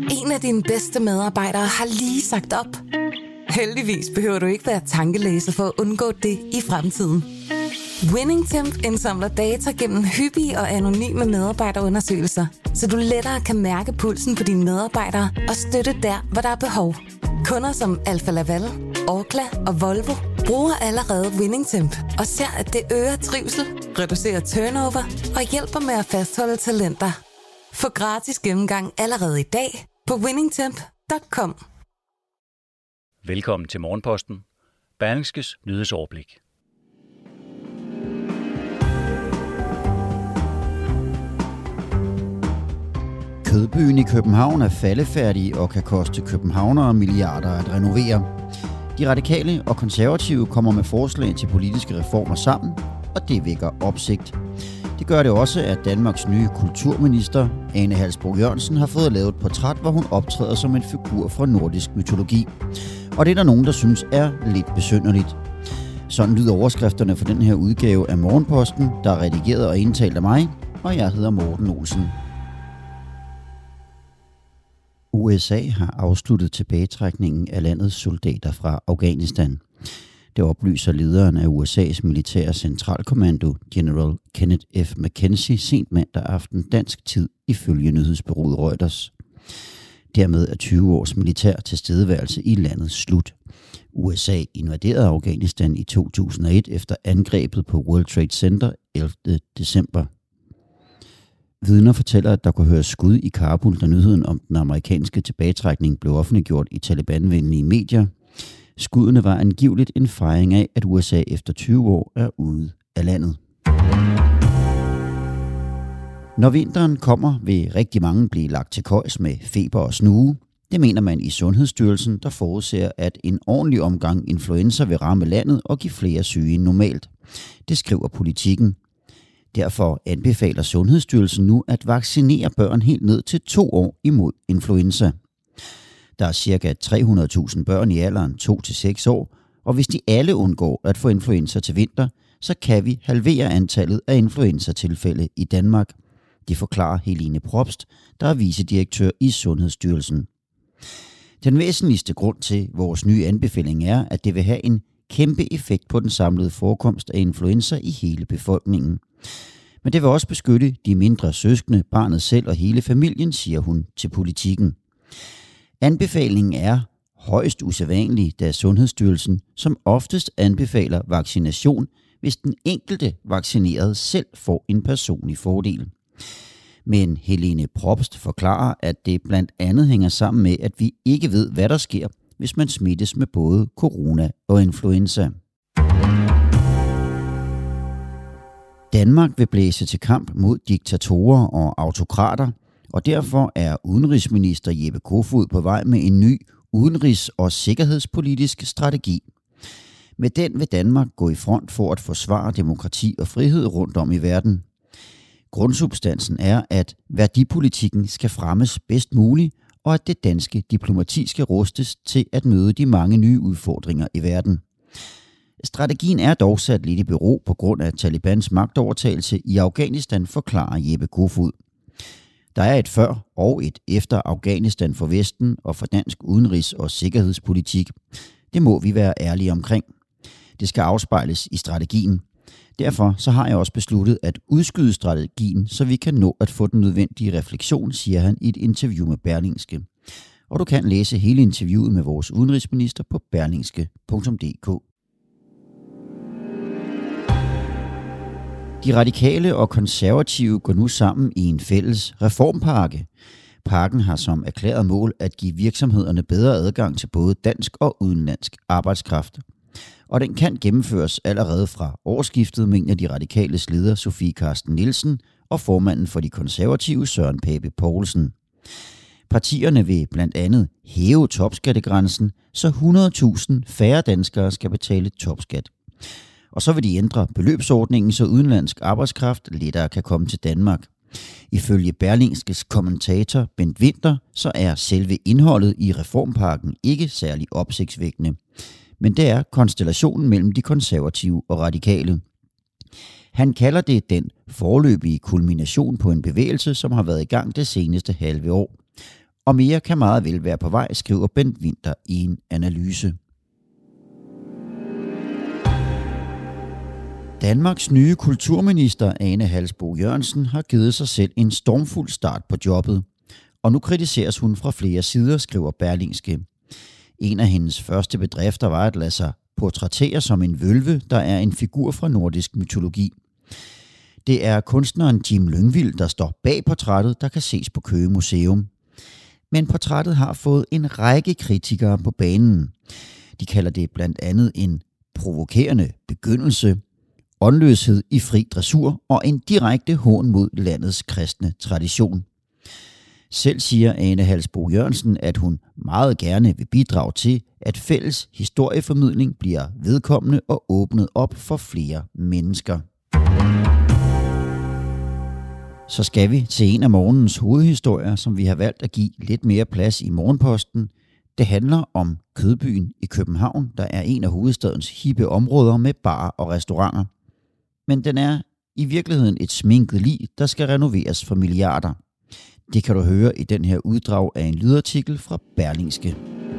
En af dine bedste medarbejdere har lige sagt op. Heldigvis behøver du ikke være tankelæser for at undgå det i fremtiden. WinningTemp indsamler data gennem hyppige og anonyme medarbejderundersøgelser, så du lettere kan mærke pulsen på dine medarbejdere og støtte der, hvor der er behov. Kunder som Alfa Laval, Orkla og Volvo bruger allerede WinningTemp og ser, at det øger trivsel, reducerer turnover og hjælper med at fastholde talenter. Få gratis gennemgang allerede i dag på winningtemp.com. Velkommen til Morgenposten. Berlingskes nyhedsoverblik. Kødbyen i København er faldefærdig og kan koste københavnere milliarder at renovere. De radikale og konservative kommer med forslag til politiske reformer sammen, og det vækker opsigt. Det gør det også, at Danmarks nye kulturminister, Ane Halsboe-Jørgensen, har fået lavet et portræt, hvor hun optræder som en figur fra nordisk mytologi. Og det er der nogen, der synes er lidt besynderligt. Sådan lyder overskrifterne for den her udgave af Morgenposten, der er redigeret og indtalt af mig, og jeg hedder Morten Olsen. USA har afsluttet tilbagetrækningen af landets soldater fra Afghanistan. Det oplyser lederen af USA's militære centralkommando, General Kenneth F. McKenzie, sent mandag aften dansk tid ifølge nyhedsbureauet Reuters. Dermed er 20 års militær tilstedeværelse i landet slut. USA invaderede Afghanistan i 2001 efter angrebet på World Trade Center 11. december. Vidner fortæller, at der kunne høres skud i Kabul, da nyheden om den amerikanske tilbagetrækning blev offentliggjort i Taliban-venlige medier. Skuddene var angiveligt en fejring af, at USA efter 20 år er ude af landet. Når vinteren kommer, vil rigtig mange blive lagt til køjs med feber og snue. Det mener man i Sundhedsstyrelsen, der forudser, at en ordentlig omgang influenza vil ramme landet og give flere syge end normalt. Det skriver Politikken. Derfor anbefaler Sundhedsstyrelsen nu at vaccinere børn helt ned til 2 år imod influenza. Der er ca. 300.000 børn i alderen 2-6 år, og hvis de alle undgår at få influenza til vinter, så kan vi halvere antallet af influenzatilfælde i Danmark. Det forklarer Helene Probst, der er vicedirektør i Sundhedsstyrelsen. Den væsentligste grund til vores nye anbefaling er, at det vil have en kæmpe effekt på den samlede forekomst af influenza i hele befolkningen. Men det vil også beskytte de mindre søskende, barnet selv og hele familien, siger hun til Politikken. Anbefalingen er højst usædvanlig, da Sundhedsstyrelsen som oftest anbefaler vaccination, hvis den enkelte vaccinerede selv får en personlig fordel. Men Helene Probst forklarer, at det blandt andet hænger sammen med, at vi ikke ved, hvad der sker, hvis man smittes med både corona og influenza. Danmark vil blæse til kamp mod diktatorer og autokrater, og derfor er udenrigsminister Jeppe Kofod på vej med en ny udenrigs- og sikkerhedspolitisk strategi. Med den vil Danmark gå i front for at forsvare demokrati og frihed rundt om i verden. Grundsubstansen er, at værdipolitikken skal fremmes bedst muligt, og at det danske diplomati skal rustes til at møde de mange nye udfordringer i verden. Strategien er dog sat lidt i bero på grund af Talibans magtovertagelse i Afghanistan, forklarer Jeppe Kofod. Der er et før og et efter Afghanistan for Vesten og for dansk udenrigs- og sikkerhedspolitik. Det må vi være ærlige omkring. Det skal afspejles i strategien. Derfor så har jeg også besluttet at udskyde strategien, så vi kan nå at få den nødvendige refleksion, siger han i et interview med Berlingske. Og du kan læse hele interviewet med vores udenrigsminister på berlingske.dk. De radikale og konservative går nu sammen i en fælles reformpakke. Pakken har som erklæret mål at give virksomhederne bedre adgang til både dansk og udenlandsk arbejdskraft. Og den kan gennemføres allerede fra årsskiftet, mener de radikales leder Sofie Carsten Nielsen og formanden for de konservative Søren Pape Poulsen. Partierne vil blandt andet hæve topskattegrænsen, så 100.000 færre danskere skal betale topskat. Og så vil de ændre beløbsordningen, så udenlandsk arbejdskraft lettere kan komme til Danmark. Ifølge Berlingskes kommentator Bent Winther, så er selve indholdet i reformpakken ikke særlig opsigtsvækkende. Men det er konstellationen mellem de konservative og radikale. Han kalder det den foreløbige kulmination på en bevægelse, som har været i gang det seneste halve år. Og mere kan meget vel være på vej, skriver Bent Winther i en analyse. Danmarks nye kulturminister Ane Halsboe Jørgensen har givet sig selv en stormfuld start på jobbet. Og nu kritiseres hun fra flere sider, skriver Berlingske. En af hendes første bedrifter var at lade sig portrættere som en vølve, der er en figur fra nordisk mytologi. Det er kunstneren Jim Lyngvild, der står bag portrættet, der kan ses på Køge Museum. Men portrættet har fået en række kritikere på banen. De kalder det blandt andet en provokerende begyndelse, åndløshed i fri dressur og en direkte hån mod landets kristne tradition. Selv siger Ane Halsboe Jørgensen, at hun meget gerne vil bidrage til, at fælles historieformidling bliver vedkommende og åbnet op for flere mennesker. Så skal vi til en af morgenens hovedhistorier, som vi har valgt at give lidt mere plads i Morgenposten. Det handler om Kødbyen i København, der er en af hovedstadens hippe områder med barer og restauranter. Men den er i virkeligheden et sminket lig, der skal renoveres for milliarder. Det kan du høre i den her uddrag af en lydartikel fra Berlingske.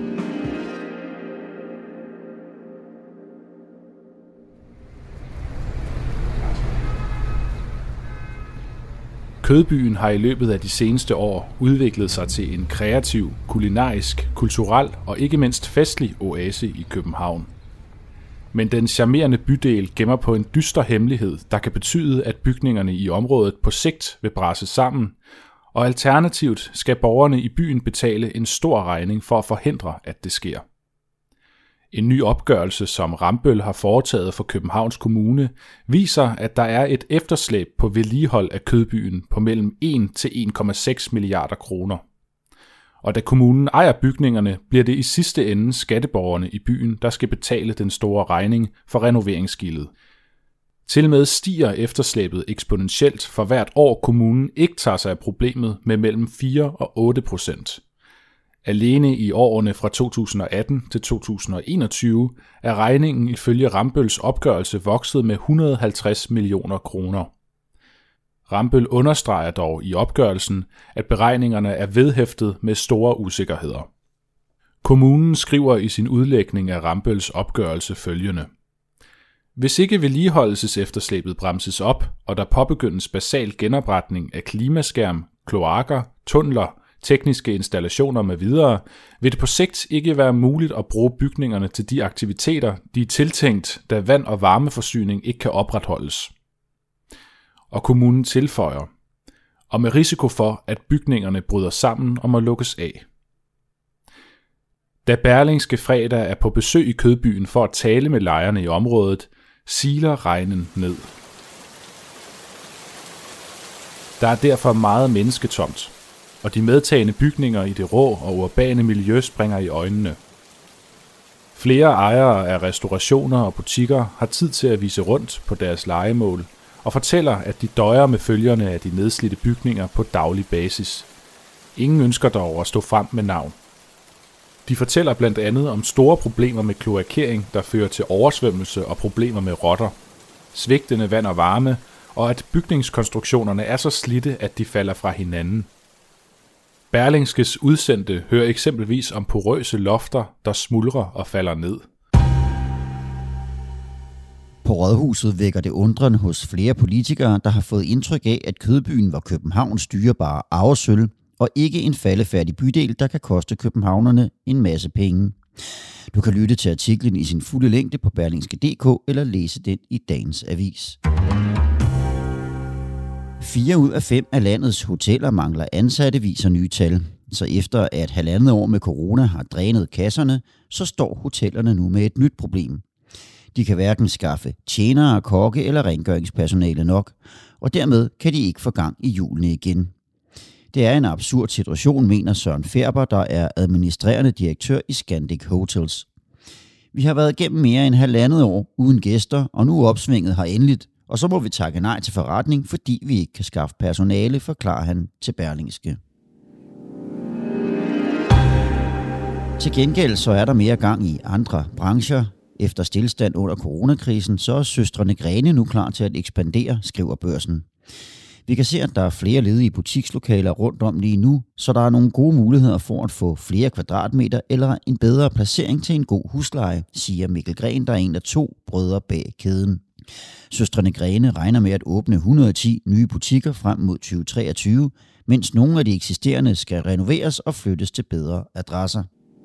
Kødbyen har i løbet af de seneste år udviklet sig til en kreativ, kulinarisk, kulturel og ikke mindst festlig oase i København. Men den charmerende bydel gemmer på en dyster hemmelighed, der kan betyde, at bygningerne i området på sigt vil brase sammen, og alternativt skal borgerne i byen betale en stor regning for at forhindre, at det sker. En ny opgørelse, som Rambøll har foretaget for Københavns Kommune, viser, at der er et efterslæb på vedligehold af Kødbyen på mellem 1 til 1,6 milliarder kroner. Og da kommunen ejer bygningerne, bliver det i sidste ende skatteborgerne i byen, der skal betale den store regning for renoveringsgildet. Til med stiger efterslæbet eksponentielt for hvert år kommunen ikke tager sig af problemet med mellem 4 og 8%. Alene i årene fra 2018 til 2021 er regningen ifølge Rambølls opgørelse vokset med 150 millioner kroner. Rambøll understreger dog i opgørelsen, at beregningerne er vedhæftet med store usikkerheder. Kommunen skriver i sin udlægning af Rambølls opgørelse følgende: Hvis ikke vedligeholdelsesefterslæbet bremses op, og der påbegyndes basal genopretning af klimaskærm, kloakker, tunneler, tekniske installationer med videre, vil det på sigt ikke være muligt at bruge bygningerne til de aktiviteter, de er tiltænkt, da vand- og varmeforsyning ikke kan opretholdes. Og kommunen tilføjer, og med risiko for, at bygningerne bryder sammen og må lukkes af. Da Berlingske fredag er på besøg i Kødbyen for at tale med lejerne i området, siler regnen ned. Der er derfor meget mennesketomt, og de medtagende bygninger i det rå og urbane miljø springer i øjnene. Flere ejere af restaurationer og butikker har tid til at vise rundt på deres lejemål og fortæller, at de døjer med følgerne af de nedslidte bygninger på daglig basis. Ingen ønsker dog at stå frem med navn. De fortæller blandt andet om store problemer med kloakering, der fører til oversvømmelse og problemer med rotter, svigtende vand og varme, og at bygningskonstruktionerne er så slidte, at de falder fra hinanden. Berlingskes udsendte hører eksempelvis om porøse lofter, der smuldrer og falder ned. På Rådhuset vækker det undren hos flere politikere, der har fået indtryk af, at Kødbyen var Københavns dyrebare arvesølv, og ikke en faldefærdig bydel, der kan koste københavnerne en masse penge. Du kan lytte til artiklen i sin fulde længde på berlingske.dk eller læse den i dagens avis. 4 ud af 5 af landets hoteller mangler ansatte, viser nye tal. Så efter at 1,5 år med corona har drænet kasserne, så står hotellerne nu med et nyt problem. De kan hverken skaffe tjenere, kokke eller rengøringspersonale nok, og dermed kan de ikke få gang i hjulene igen. Det er en absurd situation, mener Søren Ferber, der er administrerende direktør i Scandic Hotels. Vi har været igennem mere end 1,5 år uden gæster, og nu opsvinget har endeligt, og så må vi takke nej til forretning, fordi vi ikke kan skaffe personale, forklarer han til Berlingske. Til gengæld så er der mere gang i andre brancher. Efter stillstand under coronakrisen, så er søstrene Grene nu klar til at ekspandere, skriver Børsen. Vi kan se, at der er flere ledige butikslokaler rundt om lige nu, så der er nogle gode muligheder for at få flere kvadratmeter eller en bedre placering til en god husleje, siger Mikkel Gren, der er en af 2 brødre bag kæden. Søstrene Grene regner med at åbne 110 nye butikker frem mod 2023, mens nogle af de eksisterende skal renoveres og flyttes til bedre adresser.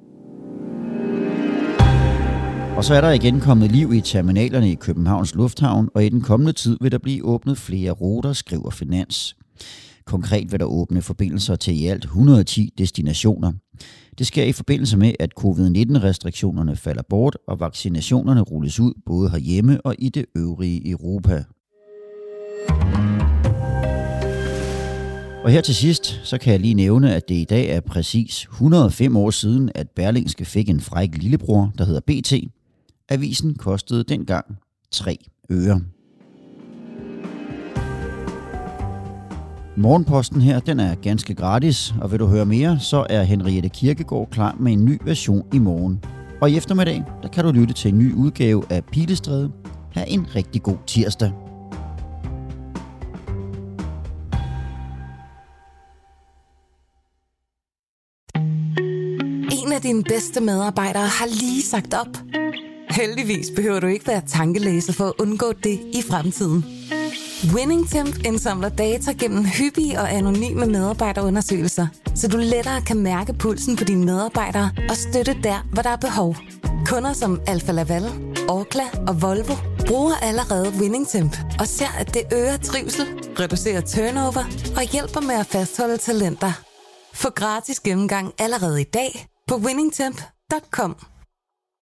Og så er der igen kommet liv i terminalerne i Københavns Lufthavn, og i den kommende tid vil der blive åbnet flere ruter, skriver Finans. Konkret vil der åbne forbindelser til i alt 110 destinationer. Det sker i forbindelse med, at covid-19-restriktionerne falder bort, og vaccinationerne rulles ud både herhjemme og i det øvrige Europa. Og her til sidst, så kan jeg lige nævne, at det i dag er præcis 105 år siden, at Berlingske fik en fræk lillebror, der hedder BT. Avisen kostede dengang 3 øre. Morgenposten her, den er ganske gratis, og vil du høre mere, så er Henriette Kirkegaard klar med en ny version i morgen. Og i eftermiddag, der kan du lytte til en ny udgave af Pilestræde. Ha' en rigtig god tirsdag. En af dine bedste medarbejdere har lige sagt op. Heldigvis behøver du ikke være tankelæser for at undgå det i fremtiden. WinningTemp indsamler data gennem hyppige og anonyme medarbejderundersøgelser, så du lettere kan mærke pulsen på dine medarbejdere og støtte der, hvor der er behov. Kunder som Alfa Laval, Orkla og Volvo bruger allerede WinningTemp og ser, at det øger trivsel, reducerer turnover og hjælper med at fastholde talenter. Få gratis gennemgang allerede i dag på winningtemp.com.